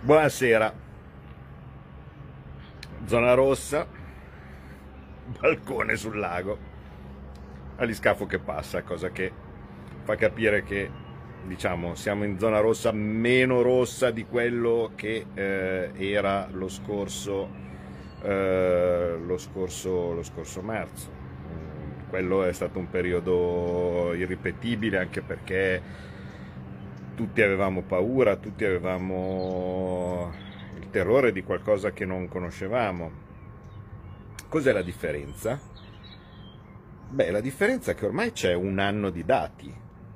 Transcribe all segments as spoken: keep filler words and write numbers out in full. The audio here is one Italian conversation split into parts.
Buonasera, zona rossa, balcone sul lago, aliscafo che passa, cosa che fa capire che, diciamo, siamo in zona rossa meno rossa di quello che eh, era lo scorso, eh, lo scorso, lo scorso marzo. Mm, Quello è stato un periodo irripetibile, anche perché tutti avevamo paura, tutti avevamo il terrore di qualcosa che non conoscevamo. Cos'è la differenza? Beh, la differenza è che ormai c'è un anno di dati.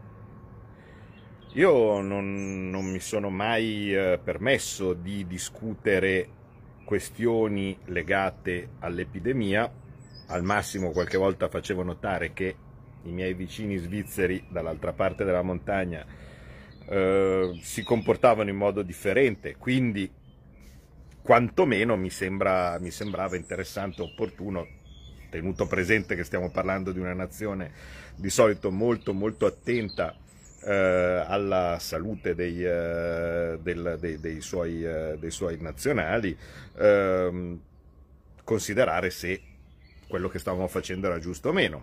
Io non, non mi sono mai eh, permesso di discutere questioni legate all'epidemia. Al massimo qualche volta facevo notare che i miei vicini svizzeri dall'altra parte della montagna eh, si comportavano in modo differente, quindi quantomeno mi sembra, mi sembrava interessante e opportuno, tenuto presente che stiamo parlando di una nazione di solito molto molto attenta eh, alla salute dei, eh, del, dei, dei, suoi, eh, dei suoi nazionali, eh, considerare se quello che stavamo facendo era giusto o meno,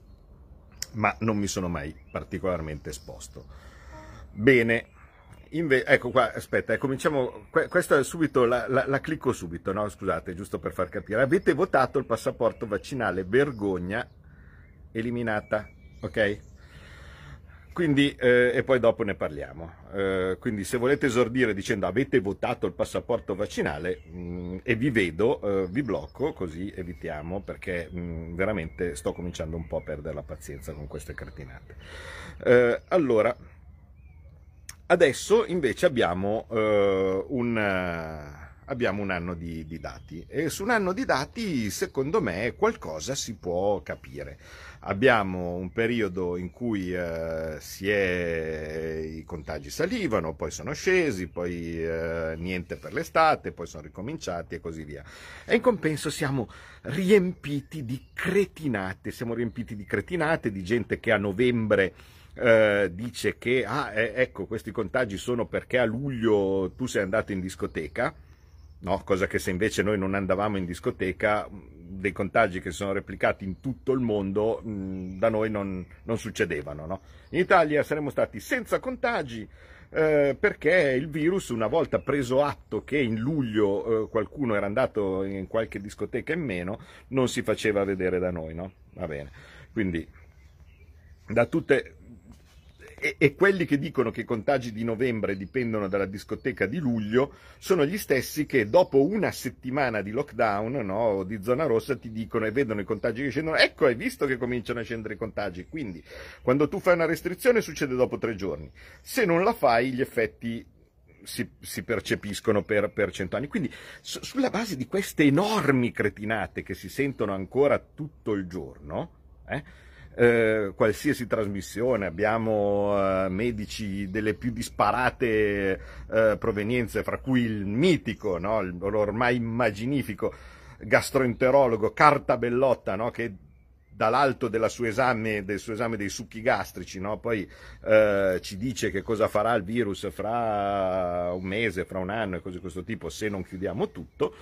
ma non mi sono mai particolarmente esposto. Bene, inve- ecco qua, aspetta, eh, cominciamo, que- questa è subito, la, la, la clicco subito, no? Scusate, giusto per far capire. Avete votato il passaporto vaccinale, vergogna, eliminata, ok? Quindi, eh, e poi dopo ne parliamo. Eh, quindi se volete esordire dicendo avete votato il passaporto vaccinale mh, e vi vedo, eh, vi blocco, così evitiamo, perché mh, veramente sto cominciando un po' a perdere la pazienza con queste cretinate. Eh, allora, adesso invece abbiamo, eh, un, uh, abbiamo un anno di, di dati, e su un anno di dati secondo me qualcosa si può capire. Abbiamo un periodo in cui eh, si è, i contagi salivano, poi sono scesi, poi eh, niente per l'estate, poi sono ricominciati e così via. E in compenso siamo riempiti di cretinate, siamo riempiti di cretinate, di gente che a novembre eh, dice che ah, eh, ecco, questi contagi sono perché a luglio tu sei andato in discoteca. No, cosa che se invece noi non andavamo in discoteca, dei contagi che sono replicati in tutto il mondo, mh, da noi non, non succedevano. No? In Italia saremmo stati senza contagi eh, perché il virus, una volta preso atto che in luglio eh, qualcuno era andato in qualche discoteca in meno, non si faceva vedere da noi. No? Va bene. Quindi, da tutte... E, e quelli che dicono che i contagi di novembre dipendono dalla discoteca di luglio sono gli stessi che dopo una settimana di lockdown, no, o di zona rossa, ti dicono e vedono i contagi che scendono, ecco, hai visto che cominciano a scendere i contagi. Quindi quando tu fai una restrizione succede dopo tre giorni, se non la fai gli effetti si, si percepiscono per, per cento anni. Quindi su, sulla base di queste enormi cretinate che si sentono ancora tutto il giorno, eh, Eh, qualsiasi trasmissione, abbiamo eh, medici delle più disparate eh, provenienze, fra cui il mitico, no? L'ormai immaginifico gastroenterologo Cartabellotta, no? Che dall'alto della sua esame, del suo esame dei succhi gastrici, no? Poi eh, ci dice che cosa farà il virus fra un mese, fra un anno e cose di questo tipo, se non chiudiamo tutto.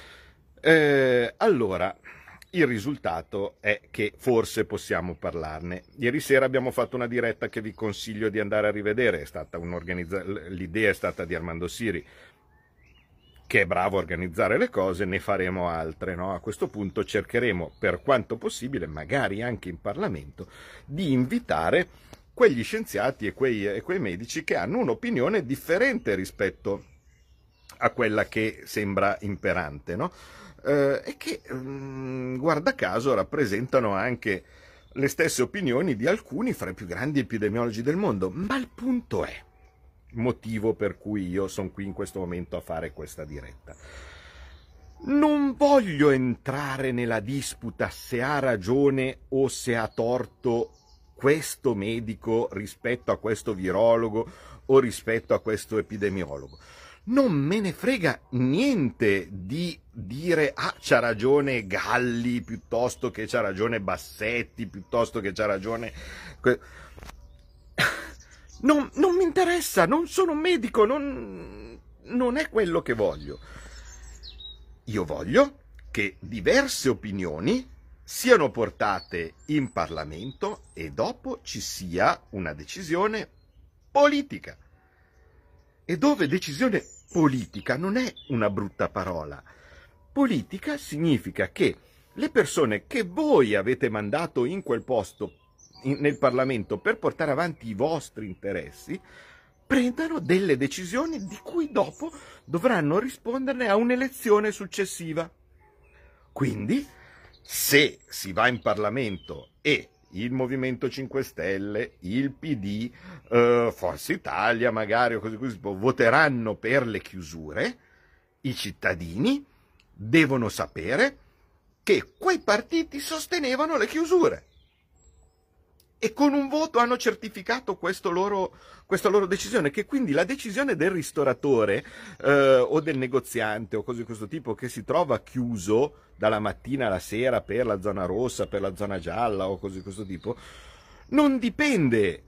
Eh, allora, il risultato è che forse possiamo parlarne. Ieri sera abbiamo fatto una diretta che vi consiglio di andare a rivedere, è stata un'organizza- l'idea è stata di Armando Siri, che è bravo a organizzare le cose, ne faremo altre. No? A questo punto cercheremo, per quanto possibile, magari anche in Parlamento, di invitare quegli scienziati e quei, e quei medici che hanno un'opinione differente rispetto a quella che sembra imperante, no? Eh, e che, mh, guarda caso, rappresentano anche le stesse opinioni di alcuni fra i più grandi epidemiologi del mondo. Ma il punto è, motivo per cui io sono qui in questo momento a fare questa diretta, non voglio entrare nella disputa se ha ragione o se ha torto questo medico rispetto a questo virologo o rispetto a questo epidemiologo. Non me ne frega niente di dire ah, c'ha ragione Galli piuttosto che c'ha ragione Bassetti, piuttosto che c'ha ragione... Non, non mi interessa, non sono un medico, non, non è quello che voglio. Io voglio che diverse opinioni siano portate in Parlamento e dopo ci sia una decisione politica. E dove decisione politica non è una brutta parola. Politica significa che le persone che voi avete mandato in quel posto in, nel Parlamento per portare avanti i vostri interessi prendano delle decisioni di cui dopo dovranno risponderne a un'elezione successiva. Quindi, se si va in Parlamento e il Movimento cinque Stelle, il P D, eh, Forza Italia magari o così così voteranno per le chiusure, i cittadini devono sapere che quei partiti sostenevano le chiusure e con un voto hanno certificato questo loro, questa loro decisione, che quindi la decisione del ristoratore eh, o del negoziante o cose di questo tipo che si trova chiuso dalla mattina alla sera per la zona rossa, per la zona gialla o cose di questo tipo, non dipende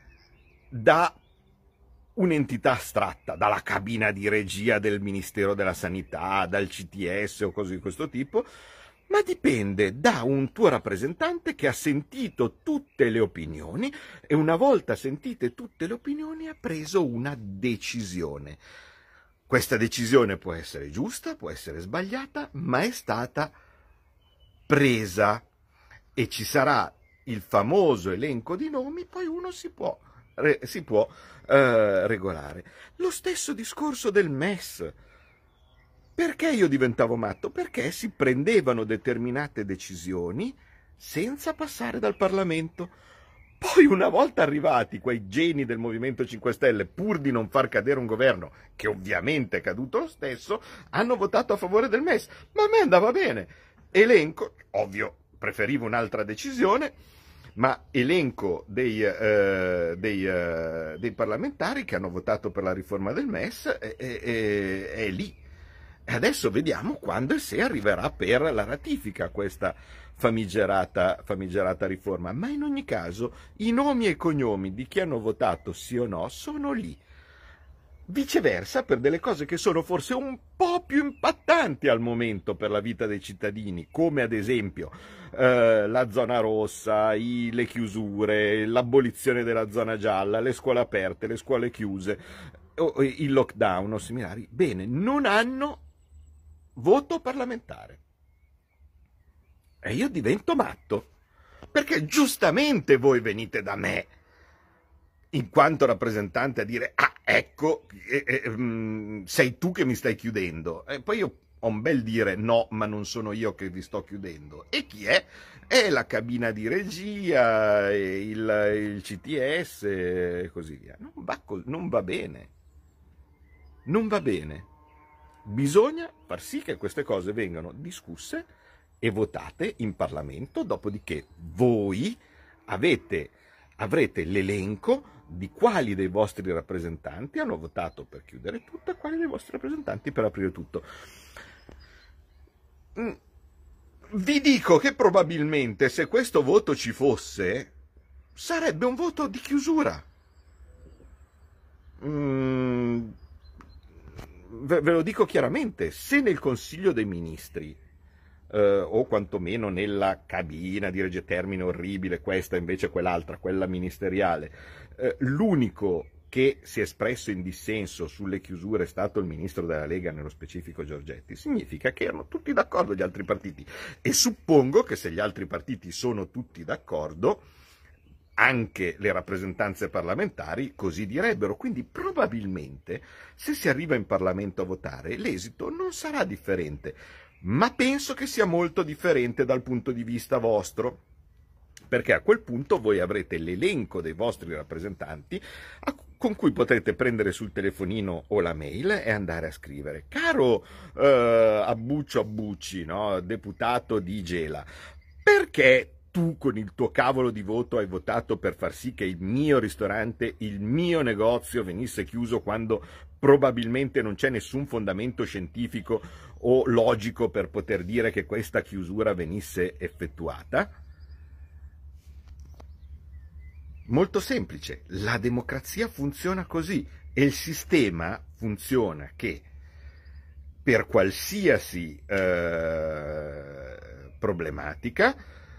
da un'entità astratta, dalla cabina di regia del Ministero della Sanità, dal C T S o cose di questo tipo, ma dipende da un tuo rappresentante che ha sentito tutte le opinioni e una volta sentite tutte le opinioni ha preso una decisione. Questa decisione può essere giusta, può essere sbagliata, ma è stata presa e ci sarà il famoso elenco di nomi, poi uno si può, si può eh, regolare. Lo stesso discorso del M E S. Perché io diventavo matto? Perché si prendevano determinate decisioni senza passare dal Parlamento. Poi una volta arrivati quei geni del Movimento cinque Stelle, pur di non far cadere un governo, che ovviamente è caduto lo stesso, hanno votato a favore del M E S. Ma a me andava bene. Elenco, ovvio, preferivo un'altra decisione, ma elenco dei, eh, dei, eh, dei parlamentari che hanno votato per la riforma del M E S è, è, è, è lì. E adesso vediamo quando e se arriverà per la ratifica questa famigerata, famigerata riforma. Ma in ogni caso i nomi e i cognomi di chi hanno votato sì o no sono lì. Viceversa, per delle cose che sono forse un po' più impattanti al momento per la vita dei cittadini, come ad esempio eh, la zona rossa, i, le chiusure, l'abolizione della zona gialla, le scuole aperte, le scuole chiuse, o il lockdown o similari, bene, non hanno voto parlamentare. E io divento matto, perché giustamente voi venite da me, in quanto rappresentante, a dire, ah, ecco, eh, eh, mh, sei tu che mi stai chiudendo. E poi io ho un bel dire, no, ma non sono io che vi sto chiudendo. E chi è? È la cabina di regia, il, il C T S e così via. Non va, non va bene. Non va bene. Bisogna far sì che queste cose vengano discusse e votate in Parlamento, dopodiché voi avete, avrete l'elenco di quali dei vostri rappresentanti hanno votato per chiudere tutto e quali dei vostri rappresentanti per aprire tutto. Vi dico che probabilmente se questo voto ci fosse, sarebbe un voto di chiusura. Mm. Ve lo dico chiaramente, se nel Consiglio dei Ministri, eh, o quantomeno nella cabina di regia, termine orribile, questa invece quell'altra, quella ministeriale, eh, l'unico che si è espresso in dissenso sulle chiusure è stato il ministro della Lega, nello specifico Giorgetti, significa che erano tutti d'accordo gli altri partiti. E suppongo che se gli altri partiti sono tutti d'accordo, anche le rappresentanze parlamentari così direbbero, quindi probabilmente se si arriva in Parlamento a votare l'esito non sarà differente, ma penso che sia molto differente dal punto di vista vostro, perché a quel punto voi avrete l'elenco dei vostri rappresentanti con cui potrete prendere sul telefonino o la mail e andare a scrivere: caro eh, Abbuccio Abbucci, no? Deputato di Gela, perché tu con il tuo cavolo di voto hai votato per far sì che il mio ristorante, il mio negozio venisse chiuso quando probabilmente non c'è nessun fondamento scientifico o logico per poter dire che questa chiusura venisse effettuata? Molto semplice, la democrazia funziona così. E il sistema funziona che per qualsiasi eh, problematica,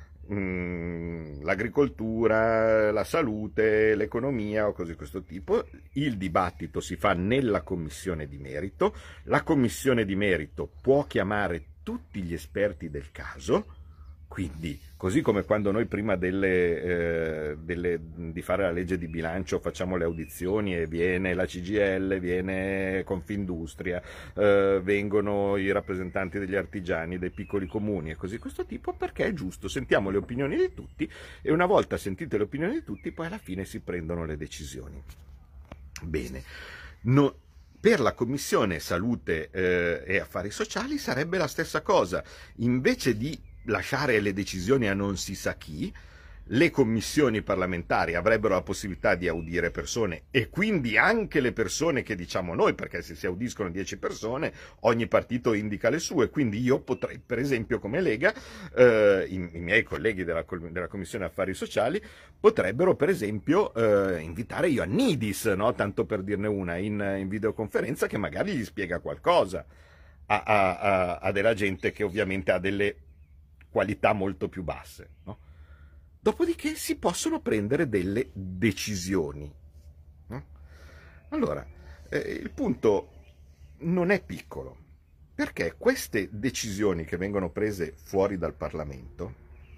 mh, l'agricoltura, la salute, l'economia o cose di questo tipo, il dibattito si fa nella commissione di merito, la commissione di merito può chiamare tutti gli esperti del caso. Quindi, così come quando noi prima delle, eh, delle, di fare la legge di bilancio facciamo le audizioni e viene la C G I L, viene Confindustria, eh, vengono i rappresentanti degli artigiani, dei piccoli comuni e così questo tipo, perché è giusto, sentiamo le opinioni di tutti e una volta sentite le opinioni di tutti poi alla fine si prendono le decisioni. Bene, no, per la Commissione Salute eh, e Affari Sociali sarebbe la stessa cosa, invece di lasciare le decisioni a non si sa chi, le commissioni parlamentari avrebbero la possibilità di audire persone e quindi anche le persone che diciamo noi, perché se si audiscono dieci persone ogni partito indica le sue, quindi io potrei per esempio come Lega, eh, i, i miei colleghi della, della Commissione Affari Sociali potrebbero per esempio eh, invitare Ioannidis, no? Tanto per dirne una, in, in videoconferenza, che magari gli spiega qualcosa a, a, a, a della gente che ovviamente ha delle qualità molto più basse, no? Dopodiché si possono prendere delle decisioni, no? Allora, eh, il punto non è piccolo, perché queste decisioni che vengono prese fuori dal Parlamento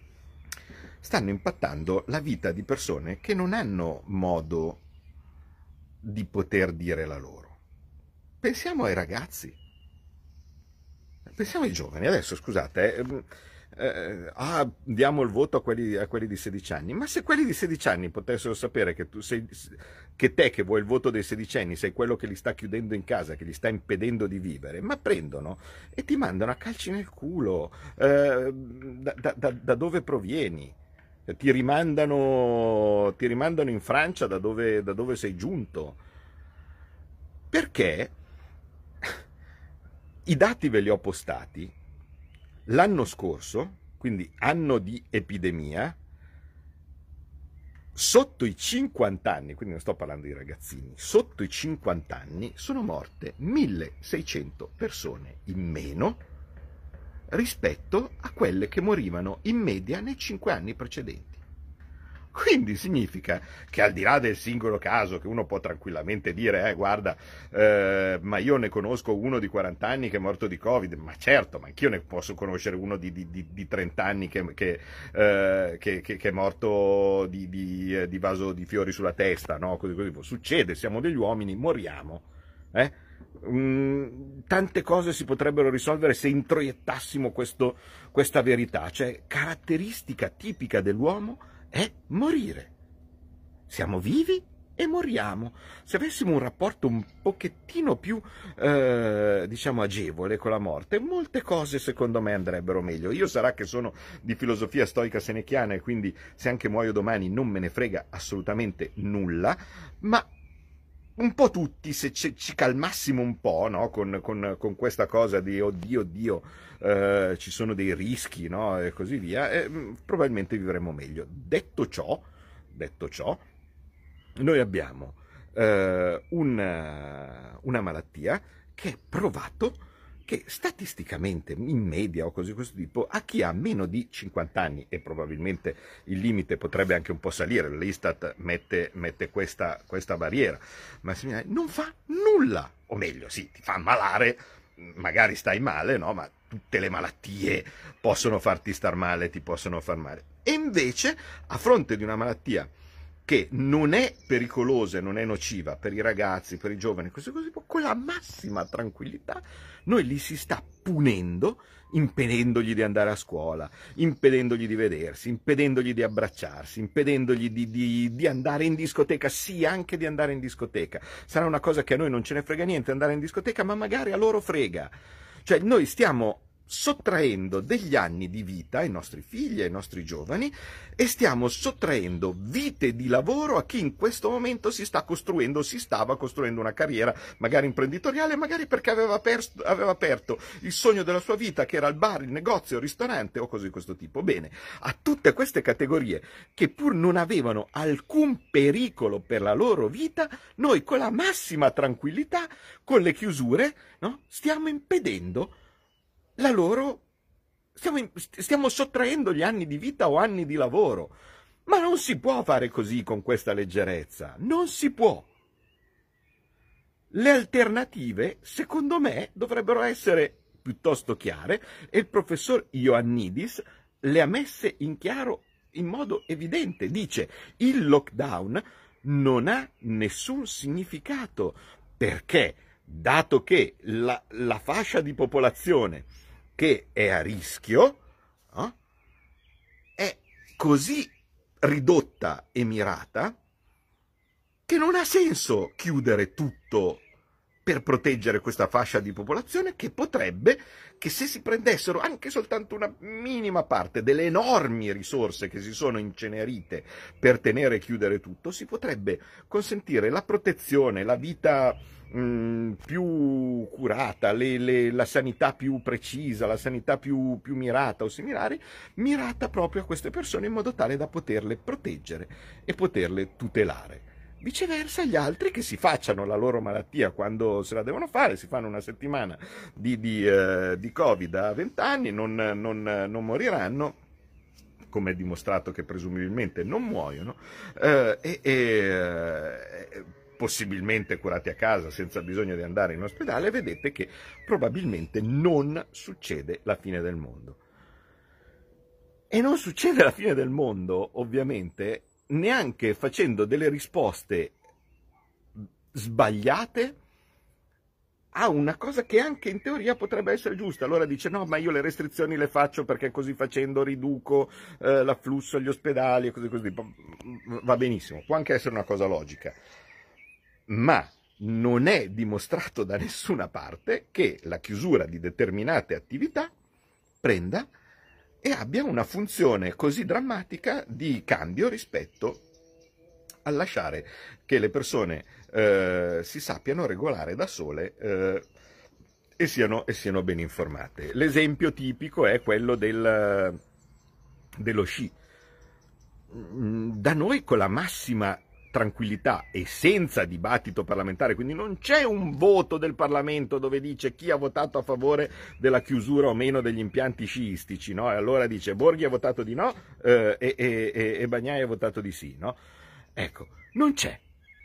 stanno impattando la vita di persone che non hanno modo di poter dire la loro. Pensiamo ai ragazzi, pensiamo ai giovani. Adesso scusate, eh, Eh, ah, diamo il voto a quelli, a quelli di sedici anni, ma se quelli di sedici anni potessero sapere che tu sei, che te che vuoi il voto dei sedicenni sei quello che li sta chiudendo in casa, che li sta impedendo di vivere, ma prendono e ti mandano a calci nel culo, eh, da, da, da dove provieni, ti rimandano, ti rimandano in Francia da dove, da dove sei giunto, perché i dati ve li ho postati. L'anno scorso, quindi anno di epidemia, sotto i cinquanta anni, quindi non sto parlando di ragazzini, sotto i cinquanta anni sono morte milleseicento persone in meno rispetto a quelle che morivano in media nei cinque anni precedenti. Quindi significa che al di là del singolo caso, che uno può tranquillamente dire, eh, guarda, eh, ma io ne conosco uno di quaranta anni che è morto di Covid, ma certo, ma anch'io ne posso conoscere uno di, di, di, di trenta anni che, che, eh, che, che, che è morto di, di, di vaso di fiori sulla testa, no? Così, così. Succede, siamo degli uomini, moriamo. Eh? Mm, tante cose si potrebbero risolvere se introiettassimo questo, questa verità, cioè caratteristica tipica dell'uomo è morire. Siamo vivi e moriamo. Se avessimo un rapporto un pochettino più, eh, diciamo, agevole con la morte, molte cose secondo me andrebbero meglio. Io sarà che sono di filosofia stoica senechiana e quindi se anche muoio domani non me ne frega assolutamente nulla, ma un po' tutti, se ci, ci calmassimo un po', no? con, con, con questa cosa di oddio, oddio, eh, ci sono dei rischi, no? E così via, eh, probabilmente vivremo meglio. Detto ciò, detto ciò, noi abbiamo eh, una, una malattia che è provato che statisticamente, in media o cose di questo tipo, a chi ha meno di cinquanta anni, e probabilmente il limite potrebbe anche un po' salire, l'Istat mette, mette questa, questa barriera, ma non fa nulla, o meglio, sì, ti fa ammalare, magari stai male, no? Ma tutte le malattie possono farti star male, ti possono far male. E invece, a fronte di una malattia che non è pericolosa e non è nociva per i ragazzi, per i giovani, così così, con la massima tranquillità, noi li si sta punendo, impedendogli di andare a scuola, impedendogli di vedersi, impedendogli di abbracciarsi, impedendogli di, di, di andare in discoteca, sì, anche di andare in discoteca. Sarà una cosa che a noi non ce ne frega niente andare in discoteca, ma magari a loro frega. Cioè noi stiamo sottraendo degli anni di vita ai nostri figli, ai nostri giovani, e stiamo sottraendo vite di lavoro a chi in questo momento si sta costruendo, si stava costruendo una carriera, magari imprenditoriale, magari perché aveva, aperto, aveva aperto il sogno della sua vita, che era il bar, il negozio, il ristorante o cose di questo tipo. Bene, a tutte queste categorie che pur non avevano alcun pericolo per la loro vita, noi con la massima tranquillità, con le chiusure, no, stiamo impedendo la loro, stiamo, stiamo sottraendo gli anni di vita o anni di lavoro. Ma non si può fare così con questa leggerezza, non si può. Le alternative, secondo me, dovrebbero essere piuttosto chiare e il professor Ioannidis le ha messe in chiaro in modo evidente. Dice: il lockdown non ha nessun significato perché, dato che la, la fascia di popolazione che è a rischio, eh, è così ridotta e mirata che non ha senso chiudere tutto per proteggere questa fascia di popolazione che potrebbe, che se si prendessero anche soltanto una minima parte delle enormi risorse che si sono incenerite per tenere e chiudere tutto, si potrebbe consentire la protezione, la vita mh, più curata, le, le, la sanità più precisa, la sanità più, più mirata o similari, mirata proprio a queste persone in modo tale da poterle proteggere e poterle tutelare. Viceversa, gli altri che si facciano la loro malattia quando se la devono fare, si fanno una settimana di, di, eh, di Covid a venti anni, non, non, non moriranno, come è dimostrato che presumibilmente non muoiono, eh, e, e eh, possibilmente curati a casa senza bisogno di andare in ospedale. Vedete che probabilmente non succede la fine del mondo. E non succede la fine del mondo, ovviamente, neanche facendo delle risposte sbagliate a una cosa che anche in teoria potrebbe essere giusta. Allora dice: no, ma io le restrizioni le faccio perché così facendo riduco eh, l'afflusso agli ospedali e così così. Va benissimo, può anche essere una cosa logica, ma non è dimostrato da nessuna parte che la chiusura di determinate attività prenda e abbia una funzione così drammatica di cambio rispetto a lasciare che le persone eh, si sappiano regolare da sole eh, e, siano, e siano ben informate. L'esempio tipico è quello del, dello sci. Da noi, con la massima tranquillità e senza dibattito parlamentare, quindi non c'è un voto del Parlamento dove dice chi ha votato a favore della chiusura o meno degli impianti sciistici, no? E allora dice Borghi ha votato di no eh, e, e, e Bagnai ha votato di sì, no? Ecco, non c'è.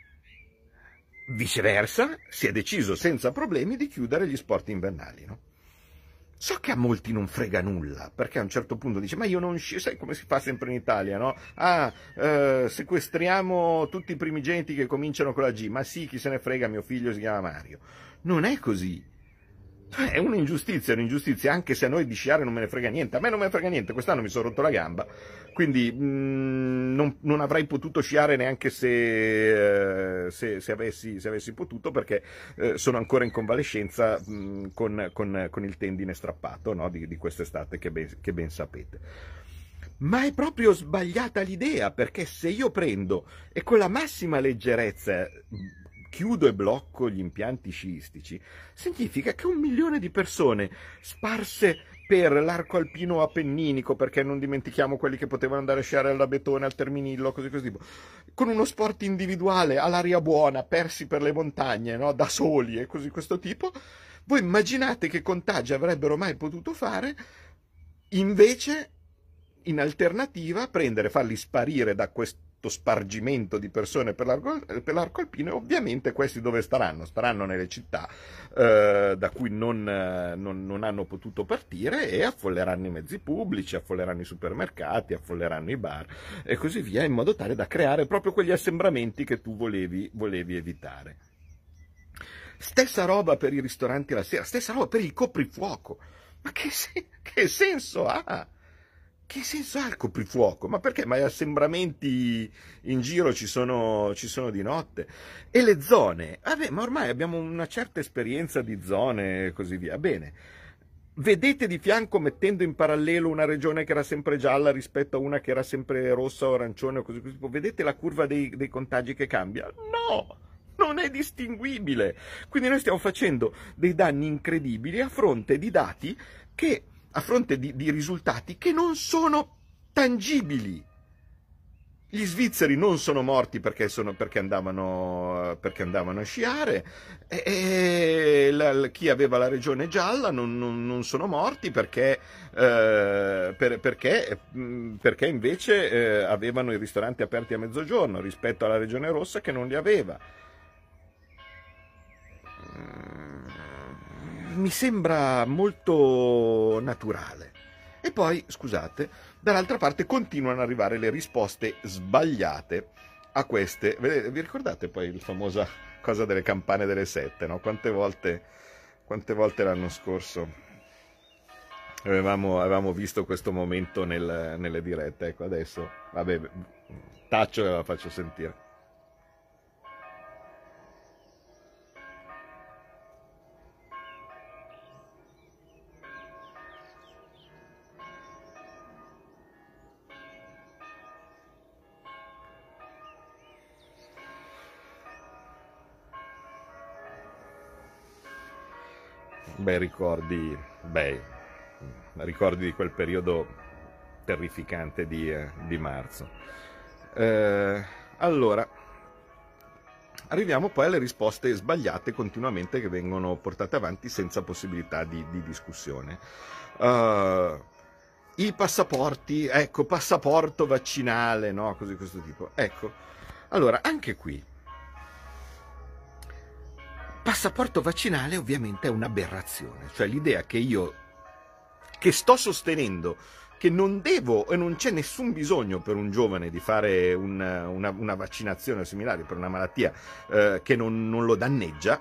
Viceversa, si è deciso senza problemi di chiudere gli sport invernali, no? So che a molti non frega nulla, perché a un certo punto dice: ma io non sci... sai come si fa sempre in Italia, no? Ah, eh, sequestriamo tutti i primigeniti che cominciano con la G. Ma sì, chi se ne frega, mio figlio si chiama Mario. Non è così. È un'ingiustizia, è un'ingiustizia, anche se a noi di sciare non me ne frega niente. A me non me ne frega niente, quest'anno mi sono rotto la gamba, quindi mh, non, non avrei potuto sciare neanche se, eh, se, se, avessi, se avessi potuto, perché eh, sono ancora in convalescenza mh, con, con, con il tendine strappato, no? di, di quest'estate, che ben, che ben sapete. Ma è proprio sbagliata l'idea, perché se io prendo e con la massima leggerezza chiudo e blocco gli impianti sciistici, significa che un milione di persone sparse per l'arco alpino appenninico, perché non dimentichiamo quelli che potevano andare a sciare alla Betone, al Terminillo, così così, con uno sport individuale all'aria buona, persi per le montagne, no? Da soli e così questo tipo, voi immaginate che contagi avrebbero mai potuto fare? Invece, in alternativa, prendere, farli sparire da questo spargimento di persone per l'arco, per l'arco alpino, e ovviamente questi dove staranno? Staranno nelle città eh, da cui non, eh, non, non hanno potuto partire, e affolleranno i mezzi pubblici, affolleranno i supermercati, affolleranno i bar e così via, in modo tale da creare proprio quegli assembramenti che tu volevi, volevi evitare. Stessa roba per i ristoranti la sera, stessa roba per il coprifuoco. Ma che, se- che senso ha? Che senso ha il coprifuoco? Ma perché? Ma gli assembramenti in giro ci sono, ci sono di notte. E le zone? Vabbè, ma ormai abbiamo una certa esperienza di zone e così via. Bene, vedete di fianco, mettendo in parallelo, una regione che era sempre gialla rispetto a una che era sempre rossa o arancione o così, così, vedete la curva dei, dei contagi che cambia? No! Non è distinguibile. Quindi noi stiamo facendo dei danni incredibili a fronte di dati che, a fronte di, di risultati che non sono tangibili. Gli svizzeri non sono morti perché, sono, perché, andavano, perché andavano a sciare, e, e la, chi aveva la regione gialla non, non, non sono morti perché, eh, per, perché, perché invece eh, avevano i ristoranti aperti a mezzogiorno rispetto alla regione rossa che non li aveva. Mi sembra molto naturale. E poi, scusate, dall'altra parte continuano ad arrivare le risposte sbagliate a queste. Vi ricordate poi la famosa cosa delle campane delle sette, no? Quante volte, quante volte l'anno scorso avevamo, avevamo visto questo momento nel, nelle dirette. Ecco, adesso, vabbè, taccio e la faccio sentire. Beh, ricordi, beh, ricordi di quel periodo terrificante di, eh, di marzo. Eh, allora, arriviamo poi alle risposte sbagliate continuamente che vengono portate avanti senza possibilità di, di discussione. Uh, I passaporti, ecco, passaporto vaccinale, no? Così, questo tipo. Ecco, allora, anche qui, passaporto vaccinale ovviamente è un'aberrazione, cioè l'idea che io, che sto sostenendo che non devo e non c'è nessun bisogno per un giovane di fare un, una, una vaccinazione o similare per una malattia eh, che non, non lo danneggia,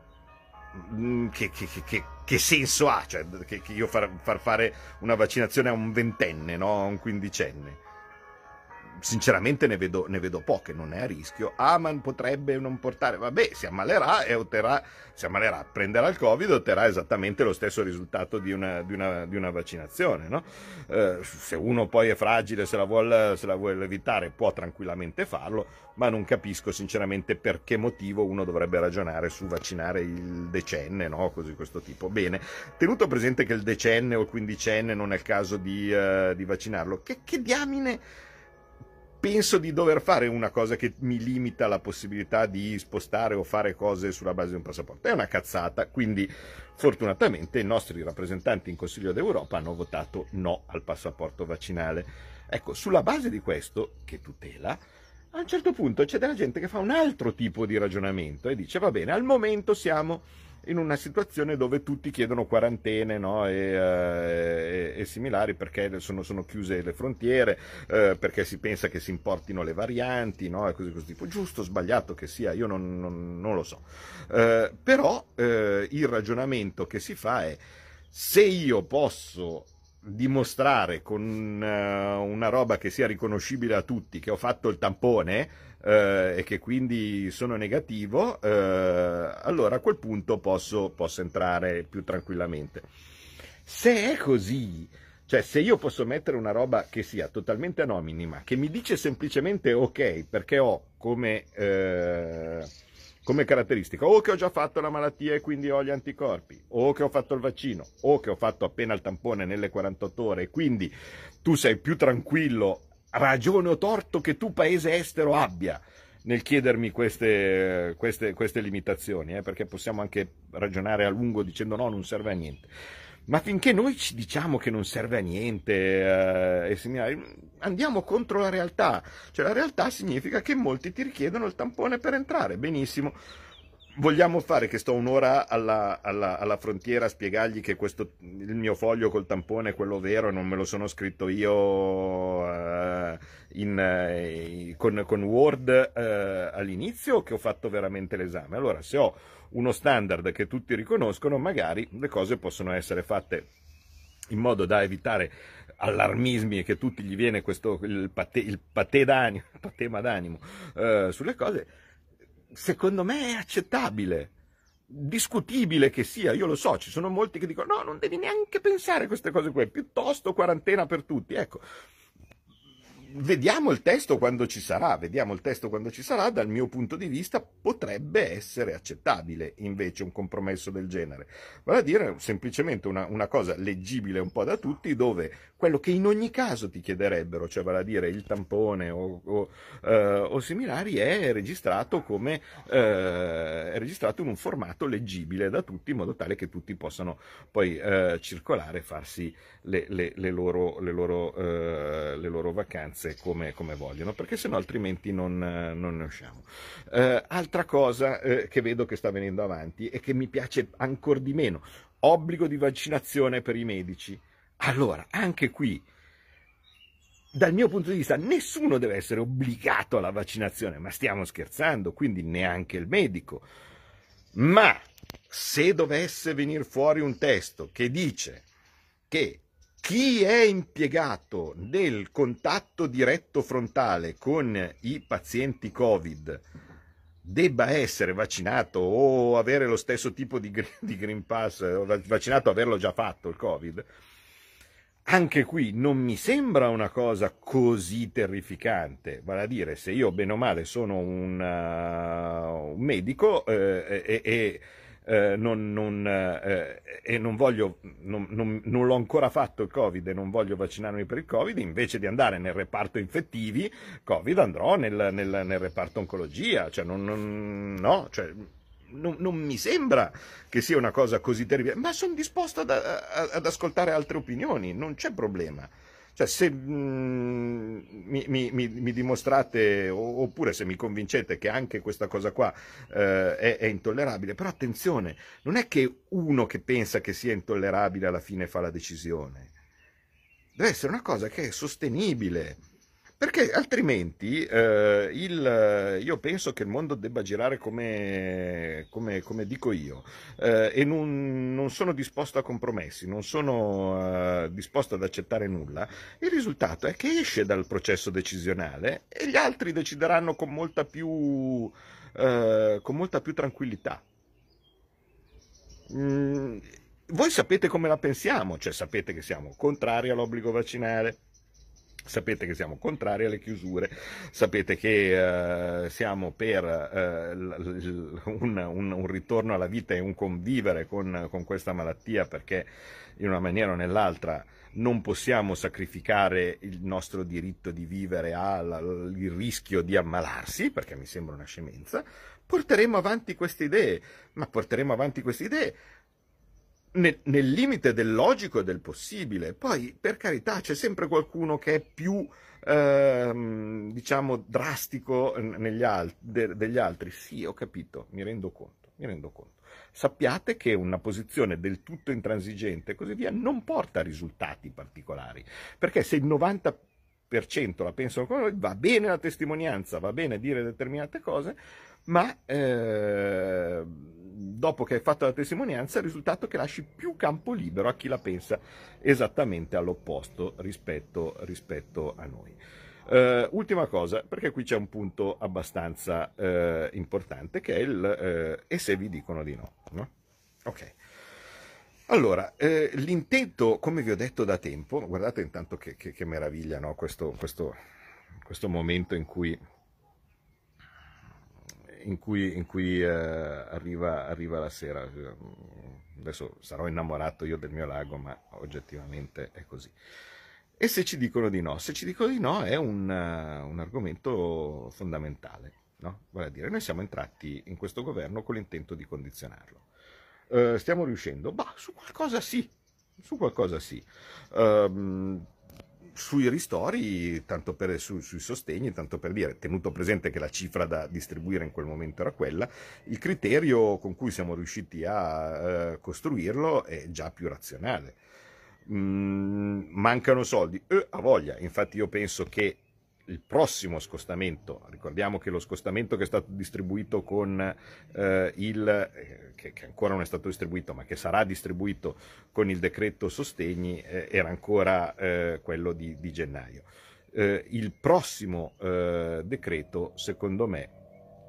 che, che, che, che senso ha? Cioè, che, che io far, far fare una vaccinazione a un ventenne, no? A un quindicenne? Sinceramente ne vedo, ne vedo poche, non è a rischio. Ah, ma potrebbe non portare, vabbè, si ammalerà e otterrà, si ammalerà, prenderà il Covid e otterrà esattamente lo stesso risultato di una, di una, di una vaccinazione, no? Eh, se uno poi è fragile, se la, vuole, se la vuole evitare, può tranquillamente farlo, ma non capisco sinceramente per che motivo uno dovrebbe ragionare su vaccinare il decenne, no? Così, questo tipo. Bene, tenuto presente che il decenne o il quindicenne non è il caso di, uh, di vaccinarlo, che, che diamine penso di dover fare una cosa che mi limita la possibilità di spostare o fare cose sulla base di un passaporto? È una cazzata, quindi fortunatamente i nostri rappresentanti in Consiglio d'Europa hanno votato no al passaporto vaccinale. Ecco, sulla base di questo, che tutela, a un certo punto c'è della gente che fa un altro tipo di ragionamento e dice: va bene, al momento siamo in una situazione dove tutti chiedono quarantene, no? e, eh, e, e similari, perché sono, sono chiuse le frontiere, eh, perché si pensa che si importino le varianti, no? E così, così tipo. Giusto o sbagliato che sia, io non, non, non lo so. Eh, però eh, il ragionamento che si fa è: se io posso dimostrare con uh, una roba che sia riconoscibile a tutti che ho fatto il tampone uh, e che quindi sono negativo, uh, allora a quel punto posso, posso entrare più tranquillamente. Se è così, cioè se io posso mettere una roba che sia totalmente anonima, che mi dice semplicemente ok perché ho come... Uh, come caratteristica o che ho già fatto la malattia e quindi ho gli anticorpi, o che ho fatto il vaccino, o che ho fatto appena il tampone nelle quarantotto ore e quindi tu sei più tranquillo, ragione o torto che tu paese estero abbia nel chiedermi queste, queste, queste limitazioni, eh, perché possiamo anche ragionare a lungo dicendo no, non serve a niente. Ma finché noi ci diciamo che non serve a niente, eh, e similari, andiamo contro la realtà. Cioè la realtà significa che molti ti richiedono il tampone per entrare. Benissimo. Vogliamo fare che sto un'ora alla, alla, alla frontiera a spiegargli che questo, il mio foglio col tampone è quello vero e non me lo sono scritto io uh, in, uh, con, con Word uh, all'inizio, o che ho fatto veramente l'esame? Allora, se ho uno standard che tutti riconoscono, magari le cose possono essere fatte in modo da evitare allarmismi e che tutti gli viene questo il patè, il patè d'animo, patema d'animo uh, sulle cose. Secondo me è accettabile. discutibile che sia, io lo so, ci sono molti che dicono no, non devi neanche pensare a queste cose qui, piuttosto quarantena per tutti, ecco. Vediamo il testo quando ci sarà, vediamo il testo quando ci sarà, dal mio punto di vista potrebbe essere accettabile invece un compromesso del genere, vale a dire semplicemente una, una cosa leggibile un po' da tutti, dove quello che in ogni caso ti chiederebbero, cioè vale a dire il tampone o, o, eh, o similari, è registrato come eh, è registrato in un formato leggibile da tutti, in modo tale che tutti possano poi eh, circolare e farsi le, le, le loro, le loro, eh, le loro vacanze come, come vogliono, perché sennò altrimenti non, non ne usciamo. Eh, altra cosa eh, che vedo che sta venendo avanti e che mi piace ancora di meno, obbligo di vaccinazione per i medici. Allora, anche qui, dal mio punto di vista, nessuno deve essere obbligato alla vaccinazione, ma stiamo scherzando, quindi neanche il medico. Ma se dovesse venire fuori un testo che dice che chi è impiegato nel contatto diretto frontale con i pazienti Covid debba essere vaccinato o avere lo stesso tipo di Green Pass, o vaccinato averlo già fatto il Covid, anche qui non mi sembra una cosa così terrificante, vale a dire, se io bene o male sono un, uh, un medico eh, e, e eh, non, non, eh, e non voglio, non, non, non l'ho ancora fatto il Covid e non voglio vaccinarmi per il Covid, invece di andare nel reparto infettivi Covid andrò nel, nel, nel reparto oncologia, cioè non, non no, cioè Non, non mi sembra che sia una cosa così terribile, ma sono disposto ad, ad ascoltare altre opinioni, non c'è problema. Cioè, se mm, mi, mi, mi dimostrate, oppure se mi convincete che anche questa cosa qua eh, è, è intollerabile, però attenzione, non è che uno che pensa che sia intollerabile alla fine fa la decisione. Deve essere una cosa che è sostenibile. Perché altrimenti eh, il, io penso che il mondo debba girare come, come, come dico io eh, e non, non sono disposto a compromessi, non sono eh, disposto ad accettare nulla. Il risultato è che esce dal processo decisionale e gli altri decideranno con molta più, eh, con molta più tranquillità. Mm, voi sapete come la pensiamo, cioè sapete che siamo contrari all'obbligo vaccinale. Sapete che siamo contrari alle chiusure, sapete che eh, siamo per eh, l- un, un, un ritorno alla vita e un convivere con, con questa malattia, perché in una maniera o nell'altra non possiamo sacrificare il nostro diritto di vivere al rischio di ammalarsi, perché mi sembra una scemenza. Porteremo avanti queste idee, ma porteremo avanti queste idee nel, nel limite del logico e del possibile. Poi, per carità, c'è sempre qualcuno che è più, ehm, diciamo, drastico negli al- de- degli altri. Sì, ho capito, mi rendo conto, mi rendo conto. Sappiate che una posizione del tutto intransigente e così via non porta a risultati particolari, perché se il novanta per cento la pensano come noi, va bene la testimonianza, va bene dire determinate cose, ma eh, dopo che hai fatto la testimonianza il risultato è che lasci più campo libero a chi la pensa esattamente all'opposto rispetto, rispetto a noi. Uh, ultima cosa, perché qui c'è un punto abbastanza uh, importante, che è il uh, e se vi dicono di no, no? Ok. Allora, eh, l'intento, come vi ho detto da tempo, guardate intanto che, che, che meraviglia, no? questo, questo, questo momento in cui in cui, in cui eh, arriva, arriva la sera. Adesso sarò innamorato io del mio lago, ma oggettivamente è così. E se ci dicono di no? Se ci dicono di no è un, uh, un argomento fondamentale, no? Vale a dire, noi siamo entrati in questo governo con l'intento di condizionarlo. Uh, stiamo riuscendo? Bah, su qualcosa sì, su qualcosa sì. Uh, sui ristori, tanto per, su, sui sostegni, tanto per dire, tenuto presente che la cifra da distribuire in quel momento era quella, il criterio con cui siamo riusciti a uh, costruirlo è già più razionale. Mm, mancano soldi? Eh, a voglia, infatti io penso che il prossimo scostamento, ricordiamo che lo scostamento che è stato distribuito con eh, il, eh, che, che ancora non è stato distribuito, ma che sarà distribuito con il decreto sostegni, eh, era ancora eh, quello di, di gennaio. Eh, il prossimo eh, decreto, secondo me,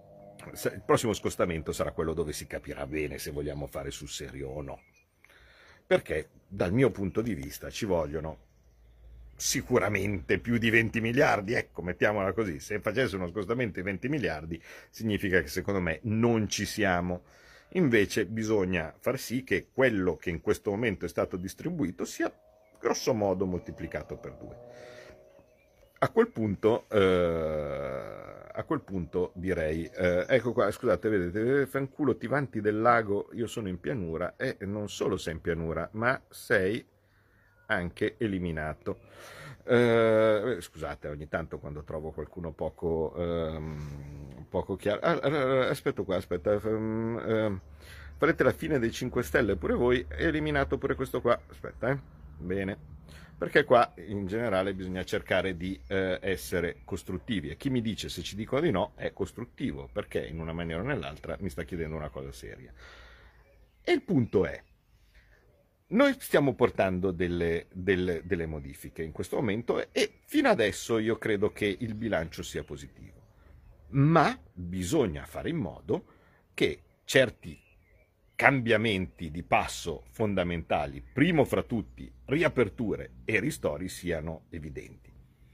il prossimo scostamento sarà quello dove si capirà bene se vogliamo fare sul serio o no. Perché dal mio punto di vista ci vogliono sicuramente più di venti miliardi, ecco, mettiamola così. Se facesse uno scostamento di venti miliardi significa che secondo me non ci siamo. Invece bisogna far sì che quello che in questo momento è stato distribuito sia grosso modo moltiplicato per due. A quel punto, eh, a quel punto direi, eh, ecco qua, scusate, vedete, fanculo ti vanti del lago, io sono in pianura, e non solo sei in pianura, ma sei anche eliminato. Eh, scusate, ogni tanto quando trovo qualcuno poco, ehm, poco chiaro. Ah, ah, aspetta qua, aspetta. Um, eh, farete la fine dei cinque Stelle pure voi, eliminato pure questo qua. Aspetta, eh. Bene. Perché qua in generale bisogna cercare di eh, essere costruttivi, e chi mi dice se ci dicono di no è costruttivo, perché in una maniera o nell'altra mi sta chiedendo una cosa seria. E il punto è, noi stiamo portando delle, delle, delle modifiche in questo momento e fino adesso io credo che il bilancio sia positivo, ma bisogna fare in modo che certi cambiamenti di passo fondamentali, primo fra tutti riaperture e ristori, siano evidenti.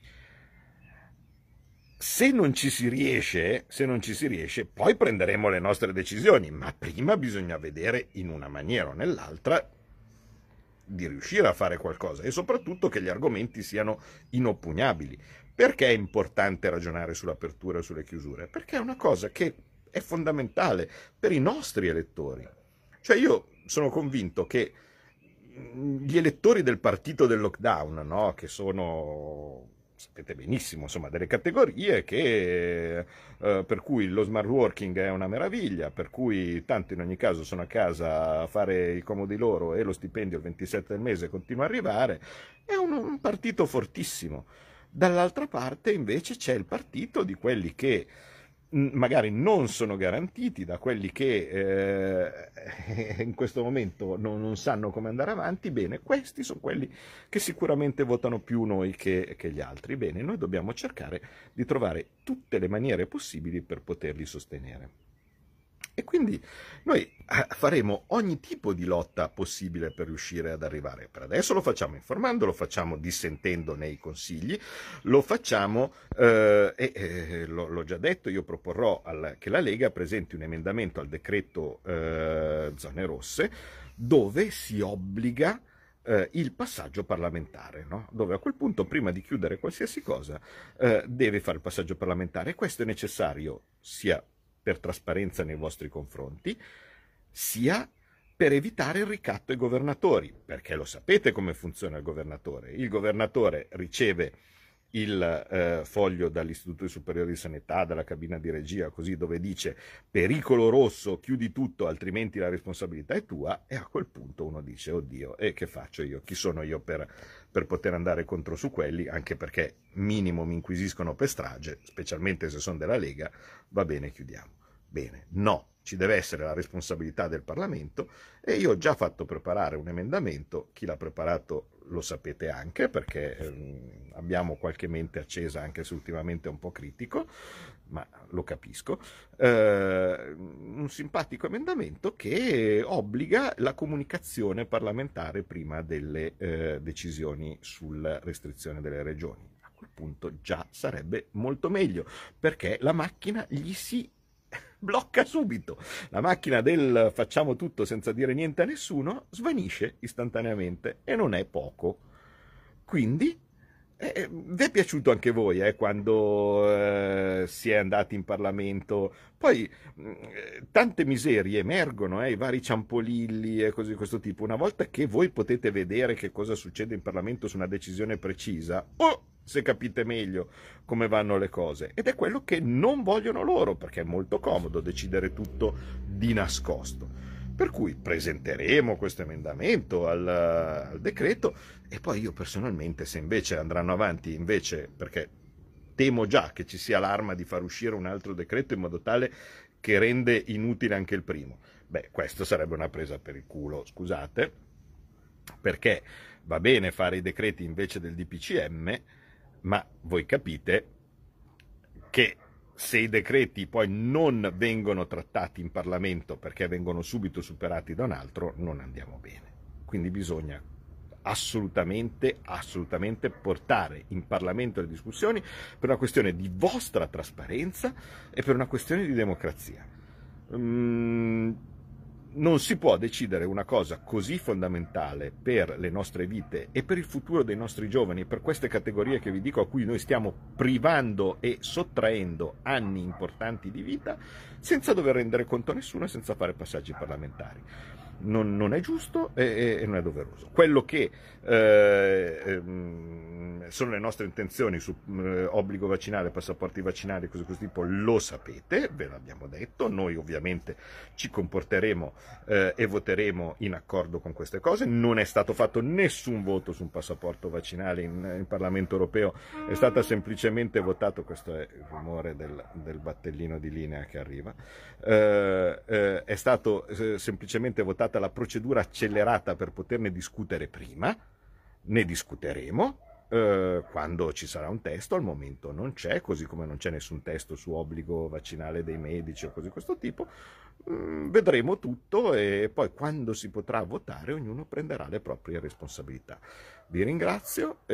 Se non ci si riesce, se non ci si riesce, poi prenderemo le nostre decisioni, ma prima bisogna vedere in una maniera o nell'altra di riuscire a fare qualcosa e soprattutto che gli argomenti siano inoppugnabili. Perché è importante ragionare sull'apertura e sulle chiusure? Perché è una cosa che è fondamentale per i nostri elettori. Cioè io sono convinto che gli elettori del partito del lockdown, no? Che sono, sapete benissimo, insomma, delle categorie che, eh, per cui lo smart working è una meraviglia, per cui tanto in ogni caso sono a casa a fare i comodi loro e lo stipendio il ventisette del mese continua a arrivare, è un, un partito fortissimo. Dall'altra parte invece c'è il partito di quelli che magari non sono garantiti, da quelli che eh, in questo momento non, non sanno come andare avanti. Bene, questi sono quelli che sicuramente votano più noi che, che gli altri. Bene, noi dobbiamo cercare di trovare tutte le maniere possibili per poterli sostenere. E quindi noi faremo ogni tipo di lotta possibile per riuscire ad arrivare. Per adesso lo facciamo informando, lo facciamo dissentendo nei consigli, lo facciamo, eh, e eh, lo, l'ho già detto, io proporrò al, che la Lega presenti un emendamento al decreto eh, zone rosse, dove si obbliga eh, il passaggio parlamentare, no? Dove a quel punto, prima di chiudere qualsiasi cosa, eh, deve fare il passaggio parlamentare. E questo è necessario sia per trasparenza nei vostri confronti, sia per evitare il ricatto ai governatori, perché lo sapete come funziona il governatore. Il governatore riceve il eh, foglio dall'Istituto Superiore di Sanità, dalla cabina di regia, così, dove dice pericolo rosso, chiudi tutto, altrimenti la responsabilità è tua, e a quel punto uno dice oddio, e che faccio io? Chi sono io per, per poter andare contro su quelli, anche perché minimo mi inquisiscono per strage, specialmente se sono della Lega. Va bene, chiudiamo. Bene, no, ci deve essere la responsabilità del Parlamento, e io ho già fatto preparare un emendamento. Chi l'ha preparato lo sapete anche, perché eh, abbiamo qualche mente accesa, anche se ultimamente è un po' critico, ma lo capisco, eh, un simpatico emendamento che obbliga la comunicazione parlamentare prima delle eh, decisioni sulla restrizione delle regioni. A quel punto già sarebbe molto meglio, perché la macchina gli si blocca subito. La macchina del facciamo tutto senza dire niente a nessuno svanisce istantaneamente, e non è poco. Quindi eh, vi è piaciuto anche voi eh, quando eh, si è andati in Parlamento? Poi eh, tante miserie emergono, eh, i vari ciampolilli e cose di questo tipo. Una volta che voi potete vedere che cosa succede in Parlamento su una decisione precisa, oh, se capite meglio come vanno le cose. Ed è quello che non vogliono loro, perché è molto comodo decidere tutto di nascosto. Per cui presenteremo questo emendamento al, al decreto, e poi io personalmente, se invece andranno avanti, invece, perché temo già che ci sia l'arma di far uscire un altro decreto in modo tale che rende inutile anche il primo, beh, questo sarebbe una presa per il culo, scusate, perché va bene fare i decreti invece del D P C M, ma voi capite che se i decreti poi non vengono trattati in Parlamento perché vengono subito superati da un altro, non andiamo bene. Quindi bisogna assolutamente, assolutamente portare in Parlamento le discussioni per una questione di vostra trasparenza e per una questione di democrazia. Mm, non si può decidere una cosa così fondamentale per le nostre vite e per il futuro dei nostri giovani, per queste categorie che vi dico a cui noi stiamo privando e sottraendo anni importanti di vita, senza dover rendere conto a nessuno e senza fare passaggi parlamentari. Non, non è giusto e, e non è doveroso. Quello che eh, ehm, sono le nostre intenzioni su eh, obbligo vaccinale, passaporti vaccinali e cose di questo tipo, lo sapete, ve l'abbiamo detto. Noi ovviamente ci comporteremo eh, e voteremo in accordo con queste cose. Non è stato fatto nessun voto su un passaporto vaccinale in, in Parlamento europeo, è stata semplicemente votato, questo è il rumore del, del battellino di linea che arriva, eh, eh, è stato eh, semplicemente votato la procedura accelerata per poterne discutere prima. Ne discuteremo eh, quando ci sarà un testo, al momento non c'è, così come non c'è nessun testo su obbligo vaccinale dei medici o cose di questo tipo. Mm, vedremo tutto e poi quando si potrà votare ognuno prenderà le proprie responsabilità. Vi ringrazio e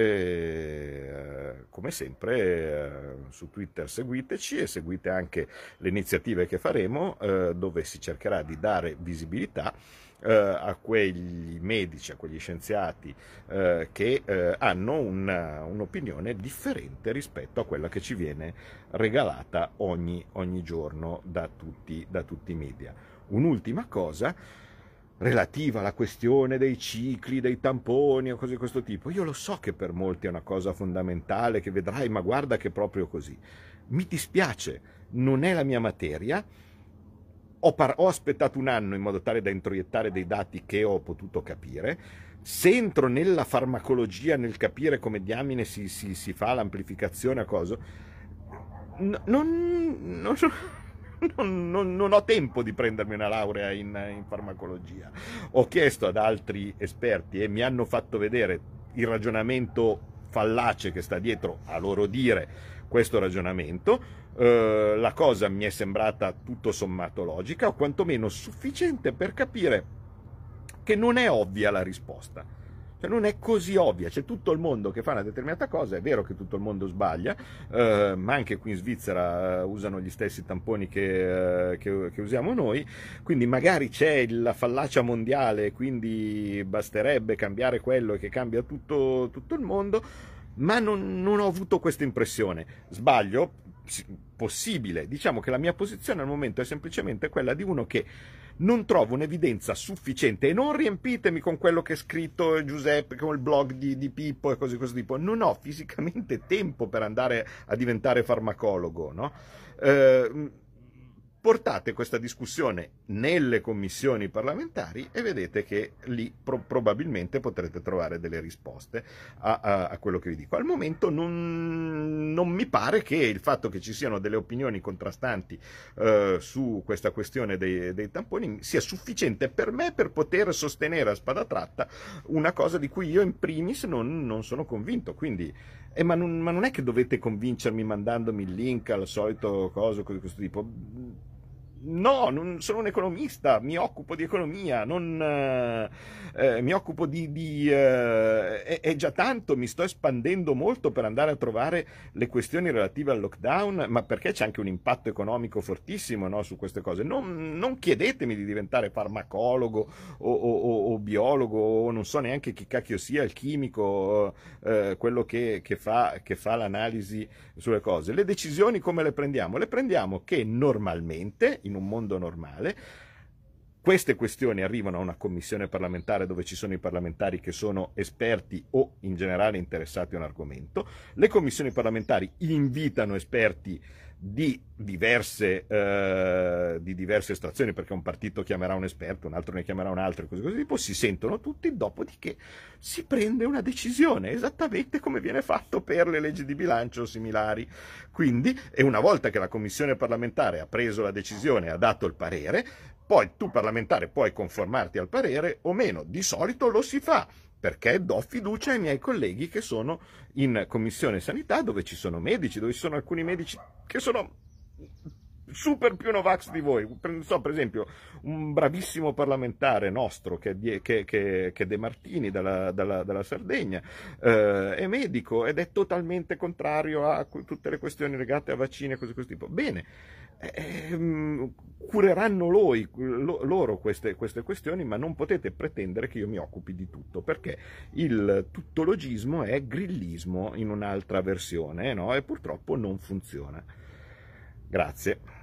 eh, come sempre eh, su Twitter seguiteci e seguite anche le iniziative che faremo eh, dove si cercherà di dare visibilità Uh, a quegli medici, a quegli scienziati uh, che uh, hanno una, un'opinione differente rispetto a quella che ci viene regalata ogni, ogni giorno da tutti, da tutti i media. Un'ultima cosa relativa alla questione dei cicli, dei tamponi o cose di questo tipo. Io lo so che per molti è una cosa fondamentale, che vedrai, ma guarda che è proprio così. Mi dispiace, non è la mia materia. Ho, par- ho aspettato un anno in modo tale da introiettare dei dati che ho potuto capire. Se entro nella farmacologia, nel capire come diamine si, si, si fa l'amplificazione a cosa, n- non, non, non, non, non ho tempo di prendermi una laurea in, in farmacologia. Ho chiesto ad altri esperti e mi hanno fatto vedere il ragionamento fallace che sta dietro, a loro dire, questo ragionamento. Uh, la cosa mi è sembrata tutto sommato logica, o quantomeno sufficiente per capire che non è ovvia la risposta. Cioè non è così ovvia, c'è tutto il mondo che fa una determinata cosa, è vero che tutto il mondo sbaglia, uh, ma anche qui in Svizzera uh, usano gli stessi tamponi che, uh, che, che usiamo noi, quindi magari c'è la fallacia mondiale, quindi basterebbe cambiare quello e che cambia tutto, tutto il mondo, ma non, non ho avuto questa impressione. Sbaglio? Possibile. Diciamo che la mia posizione al momento è semplicemente quella di uno che non trovo un'evidenza sufficiente, e non riempitemi con quello che è scritto Giuseppe, con il blog di, di Pippo e cose di questo tipo. Non ho fisicamente tempo per andare a diventare farmacologo, no? Eh, portate questa discussione nelle commissioni parlamentari e vedete che lì pro- probabilmente potrete trovare delle risposte a, a, a quello che vi dico. Al momento non, non mi pare che il fatto che ci siano delle opinioni contrastanti eh, su questa questione dei, dei tamponi sia sufficiente per me per poter sostenere a spada tratta una cosa di cui io in primis non, non sono convinto. Quindi, eh, ma, non, ma non è che dovete convincermi mandandomi il link al solito coso di questo tipo. No, non sono un economista, mi occupo di economia, non, eh, eh, mi occupo di... di eh, è, è già tanto, mi sto espandendo molto per andare a trovare le questioni relative al lockdown, ma perché c'è anche un impatto economico fortissimo, no, su queste cose. Non, non chiedetemi di diventare farmacologo o, o, o biologo o non so neanche chi cacchio sia, il chimico, eh, quello che, che, fa, che fa l'analisi sulle cose. Le decisioni come le prendiamo? Le prendiamo che normalmente, in un mondo normale, queste questioni arrivano a una commissione parlamentare dove ci sono i parlamentari che sono esperti o in generale interessati a un argomento. Le commissioni parlamentari invitano esperti di diverse, eh, di diverse estrazioni, perché un partito chiamerà un esperto, un altro ne chiamerà un altro e così così tipo, si sentono tutti, dopodiché si prende una decisione, esattamente come viene fatto per le leggi di bilancio o similari. Quindi, e una volta che la commissione parlamentare ha preso la decisione e ha dato il parere, poi tu parlamentare puoi conformarti al parere o meno. Di solito lo si fa, perché do fiducia ai miei colleghi che sono in Commissione Sanità, dove ci sono medici, dove ci sono alcuni medici che sono super più Novax di voi. Non so, per esempio, un bravissimo parlamentare nostro che è, che, che, che è De Martini dalla, dalla, dalla Sardegna, eh, è medico ed è totalmente contrario a tutte le questioni legate a vaccini e cose di questo tipo. Bene, eh, cureranno loro, loro queste, queste questioni, ma non potete pretendere che io mi occupi di tutto, perché il tuttologismo è grillismo in un'altra versione, no? E purtroppo non funziona. Grazie.